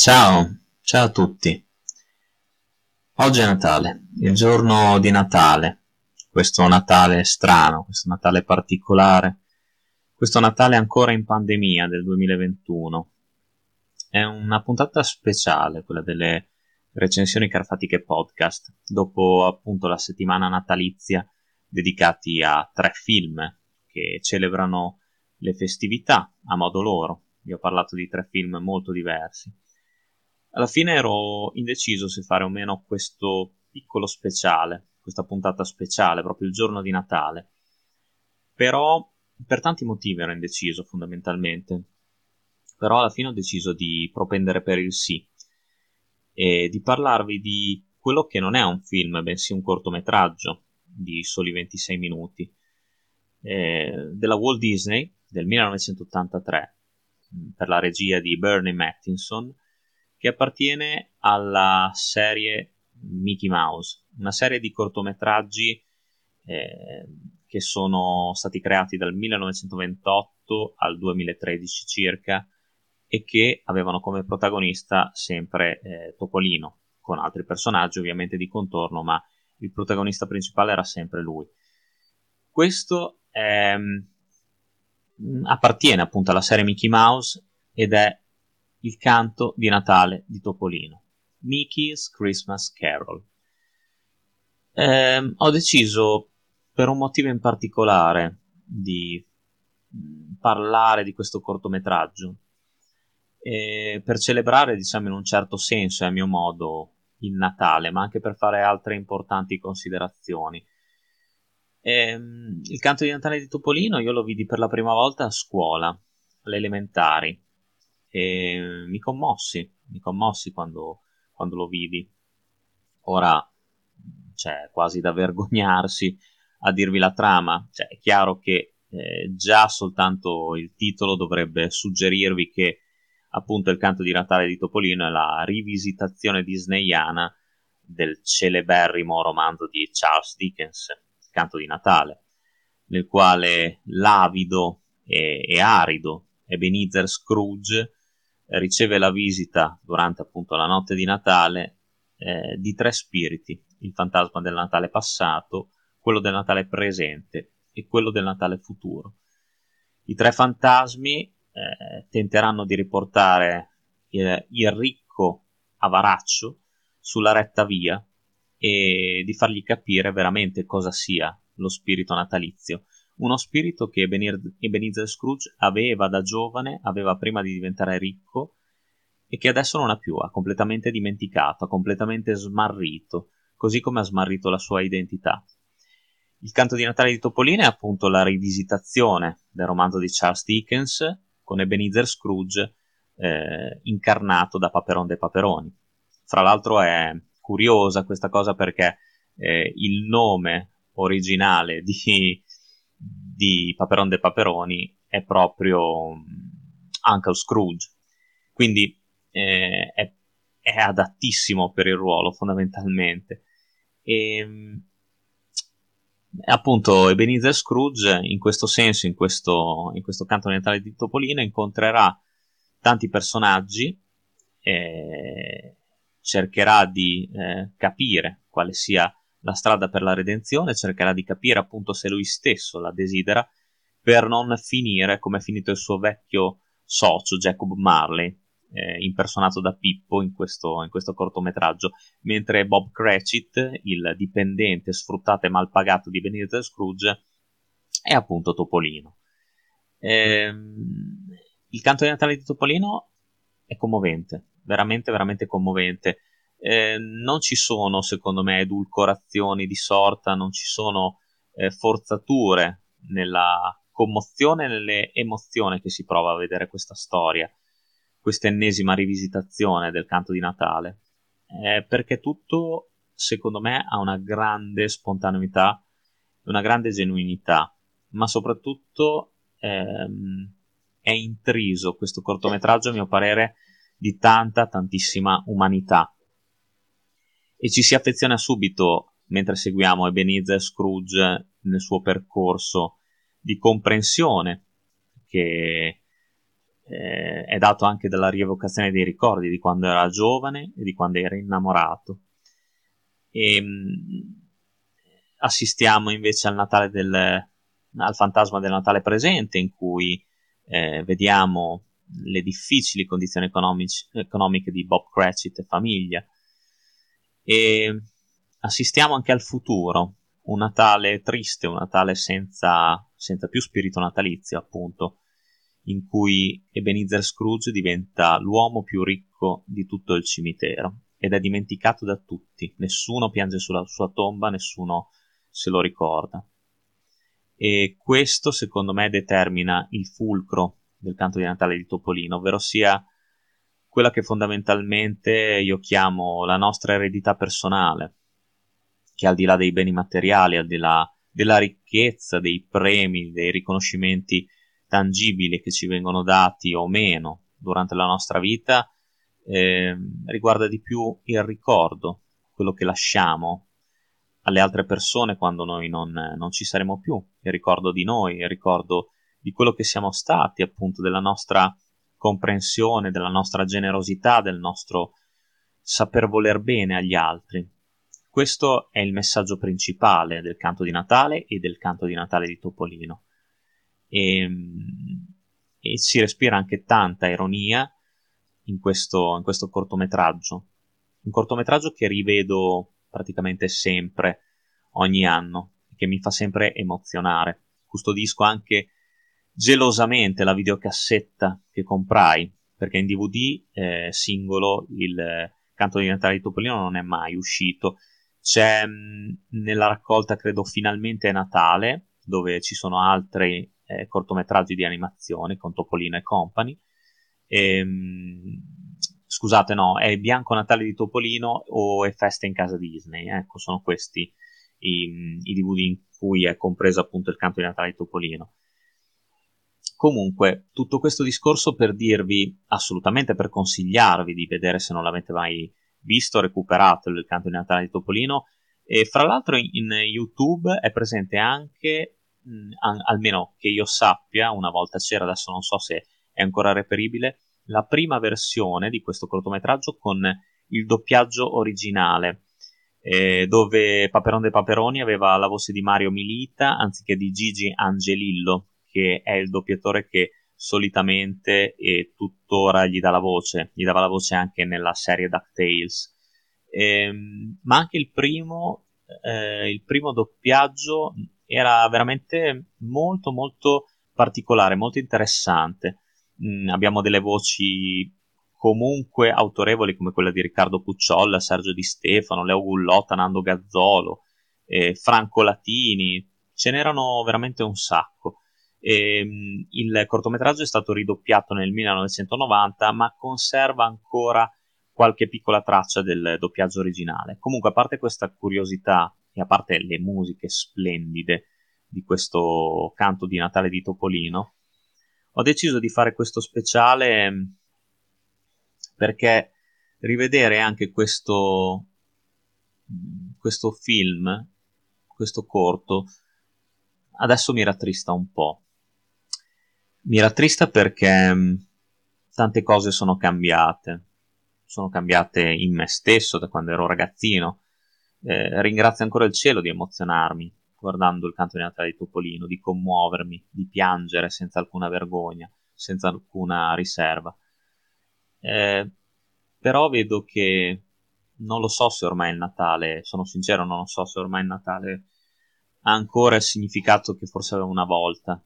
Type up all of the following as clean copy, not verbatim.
Ciao a tutti. Oggi è Natale, il giorno di Natale, questo Natale strano, questo Natale particolare, questo Natale ancora in pandemia del 2021. È una puntata speciale, quella delle recensioni Carfatiche Podcast, dopo appunto la settimana natalizia dedicati a 3 film che celebrano le festività a modo loro. Vi ho parlato di 3 film molto diversi. Alla fine ero indeciso se fare o meno questo piccolo speciale, questa puntata speciale, proprio il giorno di Natale. Però per tanti motivi ero indeciso fondamentalmente. Però alla fine ho deciso di propendere per il sì e di parlarvi di quello che non è un film, bensì un cortometraggio di soli 26 minuti, della Walt Disney del 1983, per la regia di Bernie Mattinson, che appartiene alla serie Mickey Mouse, una serie di cortometraggi che sono stati creati dal 1928 al 2013 circa e che avevano come protagonista sempre Topolino, con altri personaggi ovviamente di contorno, ma il protagonista principale era sempre lui. Questo appartiene appunto alla serie Mickey Mouse ed è il canto di Natale di Topolino, Mickey's Christmas Carol. Ho deciso per un motivo in particolare di parlare di questo cortometraggio per celebrare, diciamo in un certo senso e a mio modo, il Natale, ma anche per fare altre importanti considerazioni. Il canto di Natale di Topolino io lo vidi per la prima volta a scuola, alle elementari, e mi commossi quando lo vidi. Ora c'è quasi da vergognarsi a dirvi la trama, cioè, è chiaro che già soltanto il titolo dovrebbe suggerirvi che appunto il canto di Natale di Topolino è la rivisitazione disneyana del celeberrimo romanzo di Charles Dickens, Il canto di Natale, nel quale l'avido e arido Ebenezer Scrooge riceve la visita durante appunto la notte di Natale di 3 spiriti: il fantasma del Natale passato, quello del Natale presente e quello del Natale futuro. I 3 fantasmi tenteranno di riportare il ricco avaraccio sulla retta via e di fargli capire veramente cosa sia lo spirito natalizio. Uno spirito che Ebenezer Scrooge aveva da giovane, aveva prima di diventare ricco, e che adesso non ha più, ha completamente dimenticato, ha completamente smarrito, così come ha smarrito la sua identità. Il canto di Natale di Topolino è appunto la rivisitazione del romanzo di Charles Dickens con Ebenezer Scrooge incarnato da Paperon dei Paperoni. Fra l'altro è curiosa questa cosa perché il nome originale di Paperon dei Paperoni è proprio Uncle Scrooge, quindi è adattissimo per il ruolo fondamentalmente. E appunto Ebenezer Scrooge in questo senso, in questo canto di Natale di Topolino, incontrerà tanti personaggi, cercherà di capire quale sia la strada per la redenzione, cercherà di capire appunto se lui stesso la desidera, per non finire come è finito il suo vecchio socio Jacob Marley, impersonato da Pippo in questo cortometraggio, mentre Bob Cratchit, il dipendente sfruttato e mal pagato di Ebenezer Scrooge, è appunto Topolino. Il canto di Natale di Topolino è commovente, veramente veramente commovente. Non ci sono, secondo me, edulcorazioni di sorta, non ci sono forzature nella commozione e nelle emozioni che si prova a vedere questa storia, questa ennesima rivisitazione del canto di Natale, perché tutto, secondo me, ha una grande spontaneità, una grande genuinità, ma soprattutto è intriso questo cortometraggio, a mio parere, di tantissima umanità, e ci si affeziona subito mentre seguiamo Ebenezer Scrooge nel suo percorso di comprensione che è dato anche dalla rievocazione dei ricordi di quando era giovane e di quando era innamorato. E assistiamo invece al fantasma del Natale presente, in cui vediamo le difficili condizioni economiche di Bob Cratchit e famiglia, e assistiamo anche al futuro, un Natale triste, un Natale senza più spirito natalizio, appunto, in cui Ebenezer Scrooge diventa l'uomo più ricco di tutto il cimitero ed è dimenticato da tutti, nessuno piange sulla sua tomba, nessuno se lo ricorda. E questo, secondo me, determina il fulcro del canto di Natale di Topolino, ovvero sia quella che fondamentalmente io chiamo la nostra eredità personale, che al di là dei beni materiali, al di là della ricchezza, dei premi, dei riconoscimenti tangibili che ci vengono dati o meno durante la nostra vita, riguarda di più il ricordo, quello che lasciamo alle altre persone quando noi non ci saremo più, il ricordo di noi, il ricordo di quello che siamo stati, appunto, della nostra comprensione, della nostra generosità, del nostro saper voler bene agli altri. Questo è il messaggio principale del canto di Natale e del canto di Natale di Topolino. E si respira anche tanta ironia in questo cortometraggio. Un cortometraggio che rivedo praticamente sempre, ogni anno, che mi fa sempre emozionare. Custodisco anche gelosamente la videocassetta che comprai, perché in DVD singolo il canto di Natale di Topolino non è mai uscito. C'è nella raccolta, credo, Finalmente è Natale, dove ci sono altri cortometraggi di animazione con Topolino e company. Scusate, no, è Bianco Natale di Topolino o È Festa in Casa Disney. Ecco, sono questi i DVD in cui è compreso appunto il canto di Natale di Topolino. Comunque, tutto questo discorso per dirvi, assolutamente per consigliarvi di vedere, se non l'avete mai visto, recuperatelo, il canto di Natale di Topolino. E fra l'altro in YouTube è presente anche, almeno che io sappia, una volta c'era, adesso non so se è ancora reperibile, la prima versione di questo cortometraggio con il doppiaggio originale, dove Paperon de Paperoni aveva la voce di Mario Milita anziché di Gigi Angelillo, che è il doppiatore che solitamente e tuttora gli dava la voce anche nella serie DuckTales. Ma anche il primo doppiaggio era veramente molto molto particolare, molto interessante. Abbiamo delle voci comunque autorevoli come quella di Riccardo Pucciolla, Sergio Di Stefano, Leo Gullotta, Nando Gazzolo, Franco Latini, ce n'erano veramente un sacco. Il cortometraggio è stato ridoppiato nel 1990, ma conserva ancora qualche piccola traccia del doppiaggio originale. Comunque, a parte questa curiosità e a parte le musiche splendide di questo canto di Natale di Topolino, ho deciso di fare questo speciale perché rivedere anche questo film, questo corto, adesso mi rattrista un po'. Mi rattrista perché tante cose sono cambiate in me stesso da quando ero ragazzino. Ringrazio ancora il cielo di emozionarmi guardando il canto di Natale di Topolino, di commuovermi, di piangere senza alcuna vergogna, senza alcuna riserva. Però vedo che non lo so se ormai il Natale, sono sincero, non lo so se ormai il Natale ha ancora il significato che forse aveva una volta.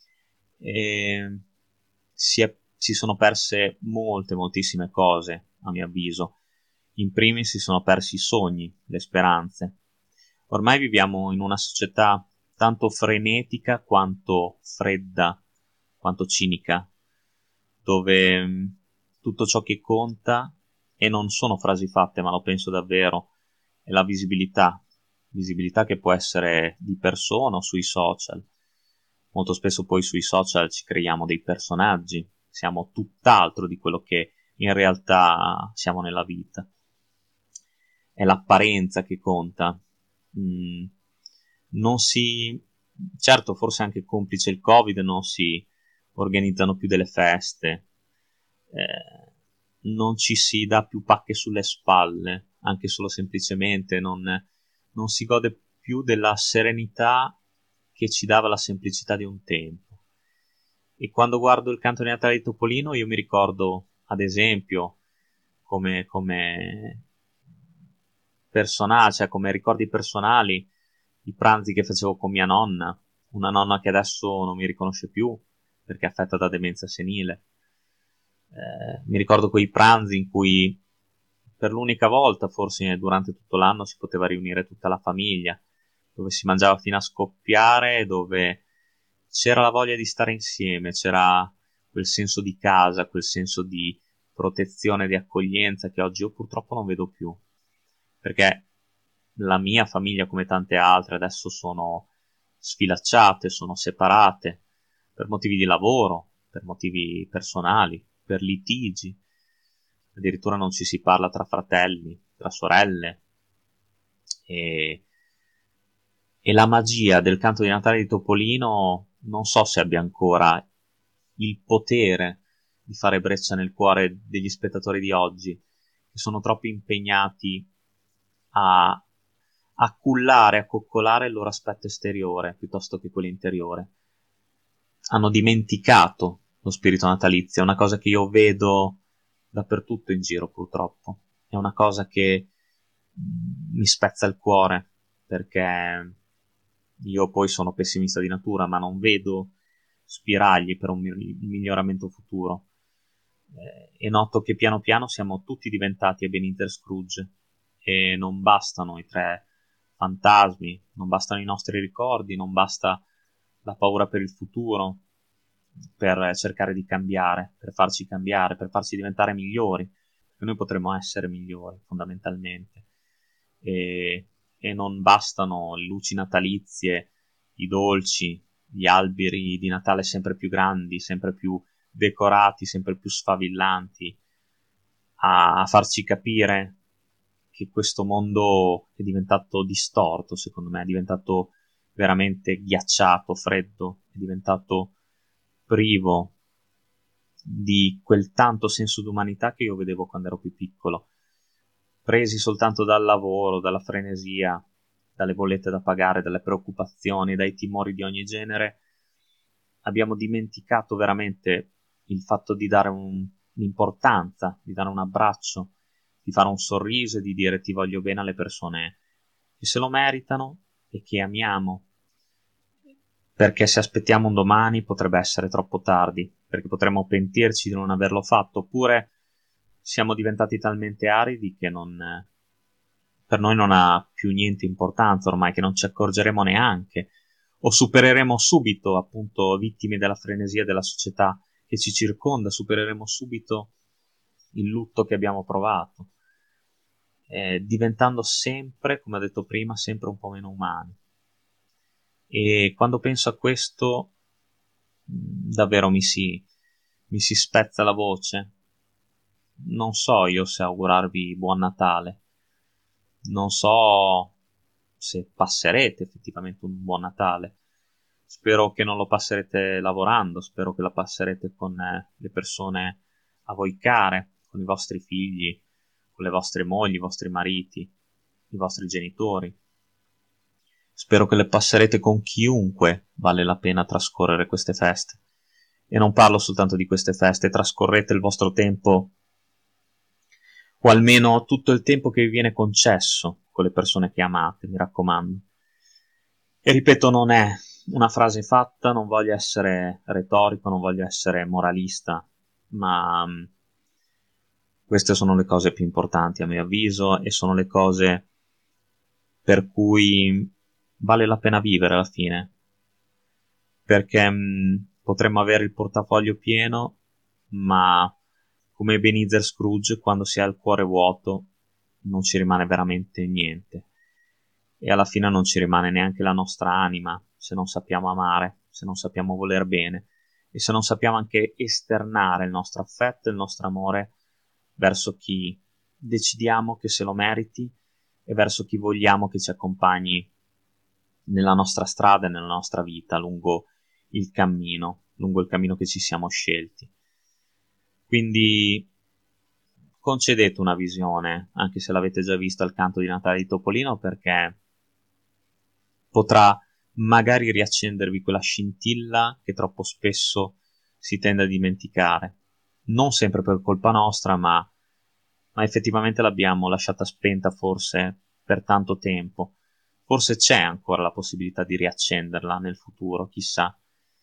Si sono perse moltissime cose, a mio avviso. In primis si sono persi i sogni, le speranze. Ormai viviamo in una società tanto frenetica quanto fredda, quanto cinica, dove tutto ciò che conta, e non sono frasi fatte ma lo penso davvero, è la visibilità che può essere di persona o sui social. Molto spesso poi sui social ci creiamo dei personaggi, siamo tutt'altro di quello che in realtà siamo nella vita. È l'apparenza che conta. Certo, forse anche complice il Covid, non si organizzano più delle feste, non ci si dà più pacche sulle spalle, anche solo semplicemente non si gode più della serenità che ci dava la semplicità di un tempo. E quando guardo il canto di Natale di Topolino io mi ricordo, ad esempio, come personaggi, cioè come ricordi personali, i pranzi che facevo con mia nonna, una nonna che adesso non mi riconosce più perché è affetta da demenza senile. Mi ricordo quei pranzi in cui per l'unica volta, forse durante tutto l'anno, si poteva riunire tutta la famiglia, dove si mangiava fino a scoppiare, dove c'era la voglia di stare insieme, c'era quel senso di casa, quel senso di protezione, di accoglienza che oggi io purtroppo non vedo più, perché la mia famiglia, come tante altre, adesso sono sfilacciate, sono separate per motivi di lavoro, per motivi personali, per litigi. Addirittura non ci si parla tra fratelli, tra sorelle. E la magia del canto di Natale di Topolino non so se abbia ancora il potere di fare breccia nel cuore degli spettatori di oggi, che sono troppo impegnati a cullare, a coccolare il loro aspetto esteriore piuttosto che quello interiore. Hanno dimenticato lo spirito natalizio, è una cosa che io vedo dappertutto in giro, purtroppo. È una cosa che mi spezza il cuore, perché io poi sono pessimista di natura, ma non vedo spiragli per un miglioramento futuro. E noto che piano piano siamo tutti diventati Ebenezer Scrooge, e non bastano i tre fantasmi, non bastano i nostri ricordi, non basta la paura per il futuro per cercare di cambiare, per farci diventare migliori, perché noi potremmo essere migliori fondamentalmente. E non bastano le luci natalizie, i dolci, gli alberi di Natale sempre più grandi, sempre più decorati, sempre più sfavillanti, a farci capire che questo mondo è diventato distorto, secondo me, è diventato veramente ghiacciato, freddo, è diventato privo di quel tanto senso d'umanità che io vedevo quando ero più piccolo, presi soltanto dal lavoro, dalla frenesia, dalle bollette da pagare, dalle preoccupazioni, dai timori di ogni genere, abbiamo dimenticato veramente il fatto di dare un'importanza, di dare un abbraccio, di fare un sorriso e di dire ti voglio bene alle persone che se lo meritano e che amiamo, perché se aspettiamo un domani potrebbe essere troppo tardi, perché potremmo pentirci di non averlo fatto, oppure siamo diventati talmente aridi che per noi non ha più niente importanza ormai, che non ci accorgeremo neanche, o supereremo subito, appunto, vittime della frenesia della società che ci circonda, supereremo subito il lutto che abbiamo provato, diventando sempre, come ho detto prima, sempre un po' meno umani. E quando penso a questo, davvero mi si spezza la voce. Non so io se augurarvi buon Natale, non so se passerete effettivamente un buon Natale. Spero che non lo passerete lavorando, spero che la passerete con le persone a voi care, con i vostri figli, con le vostre mogli, i vostri mariti, i vostri genitori. Spero che le passerete con chiunque vale la pena trascorrere queste feste. E non parlo soltanto di queste feste, trascorrete il vostro tempo, o almeno tutto il tempo che vi viene concesso con le persone che amate, mi raccomando. E ripeto, non è una frase fatta, non voglio essere retorico, non voglio essere moralista, ma queste sono le cose più importanti a mio avviso e sono le cose per cui vale la pena vivere alla fine, perché potremmo avere il portafoglio pieno, ma come Ebenezer Scrooge, quando si ha il cuore vuoto non ci rimane veramente niente, e alla fine non ci rimane neanche la nostra anima se non sappiamo amare, se non sappiamo voler bene e se non sappiamo anche esternare il nostro affetto e il nostro amore verso chi decidiamo che se lo meriti e verso chi vogliamo che ci accompagni nella nostra strada e nella nostra vita lungo il cammino che ci siamo scelti. Quindi concedete una visione, anche se l'avete già visto al canto di Natale di Topolino, perché potrà magari riaccendervi quella scintilla che troppo spesso si tende a dimenticare. Non sempre per colpa nostra, ma effettivamente l'abbiamo lasciata spenta forse per tanto tempo. Forse c'è ancora la possibilità di riaccenderla nel futuro, chissà.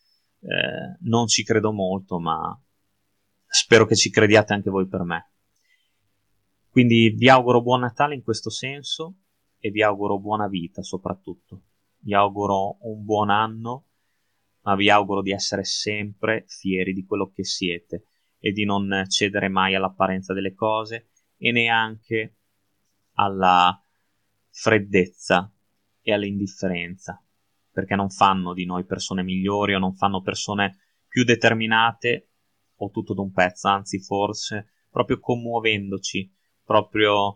Non ci credo molto, ma spero che ci crediate anche voi per me. Quindi vi auguro buon Natale in questo senso e vi auguro buona vita soprattutto. Vi auguro un buon anno, ma vi auguro di essere sempre fieri di quello che siete e di non cedere mai all'apparenza delle cose e neanche alla freddezza e all'indifferenza, perché non fanno di noi persone migliori o non fanno persone più determinate o tutto d'un pezzo, anzi forse proprio commuovendoci, proprio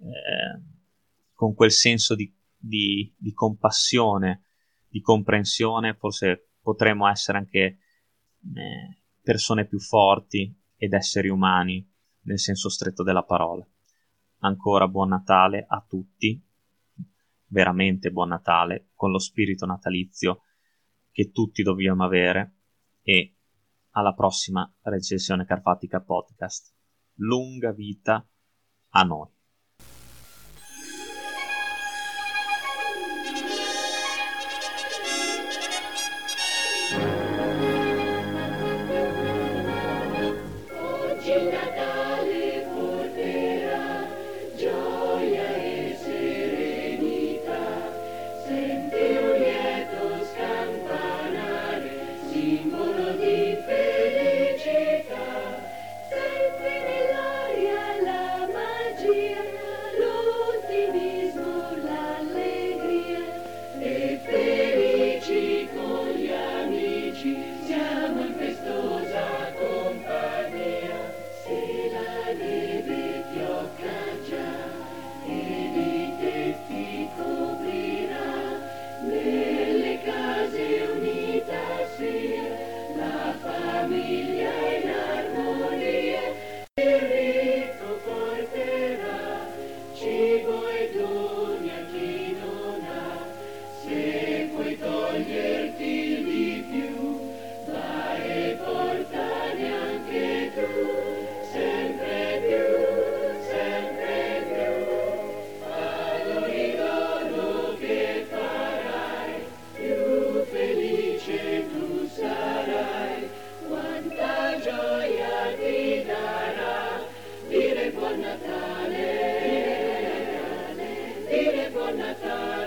con quel senso di compassione, di comprensione, forse potremmo essere anche persone più forti ed esseri umani nel senso stretto della parola. Ancora buon Natale a tutti, veramente buon Natale, con lo spirito natalizio che tutti dobbiamo avere, e alla prossima recensione Carpatica Podcast. Lunga vita a noi. Buon Natale,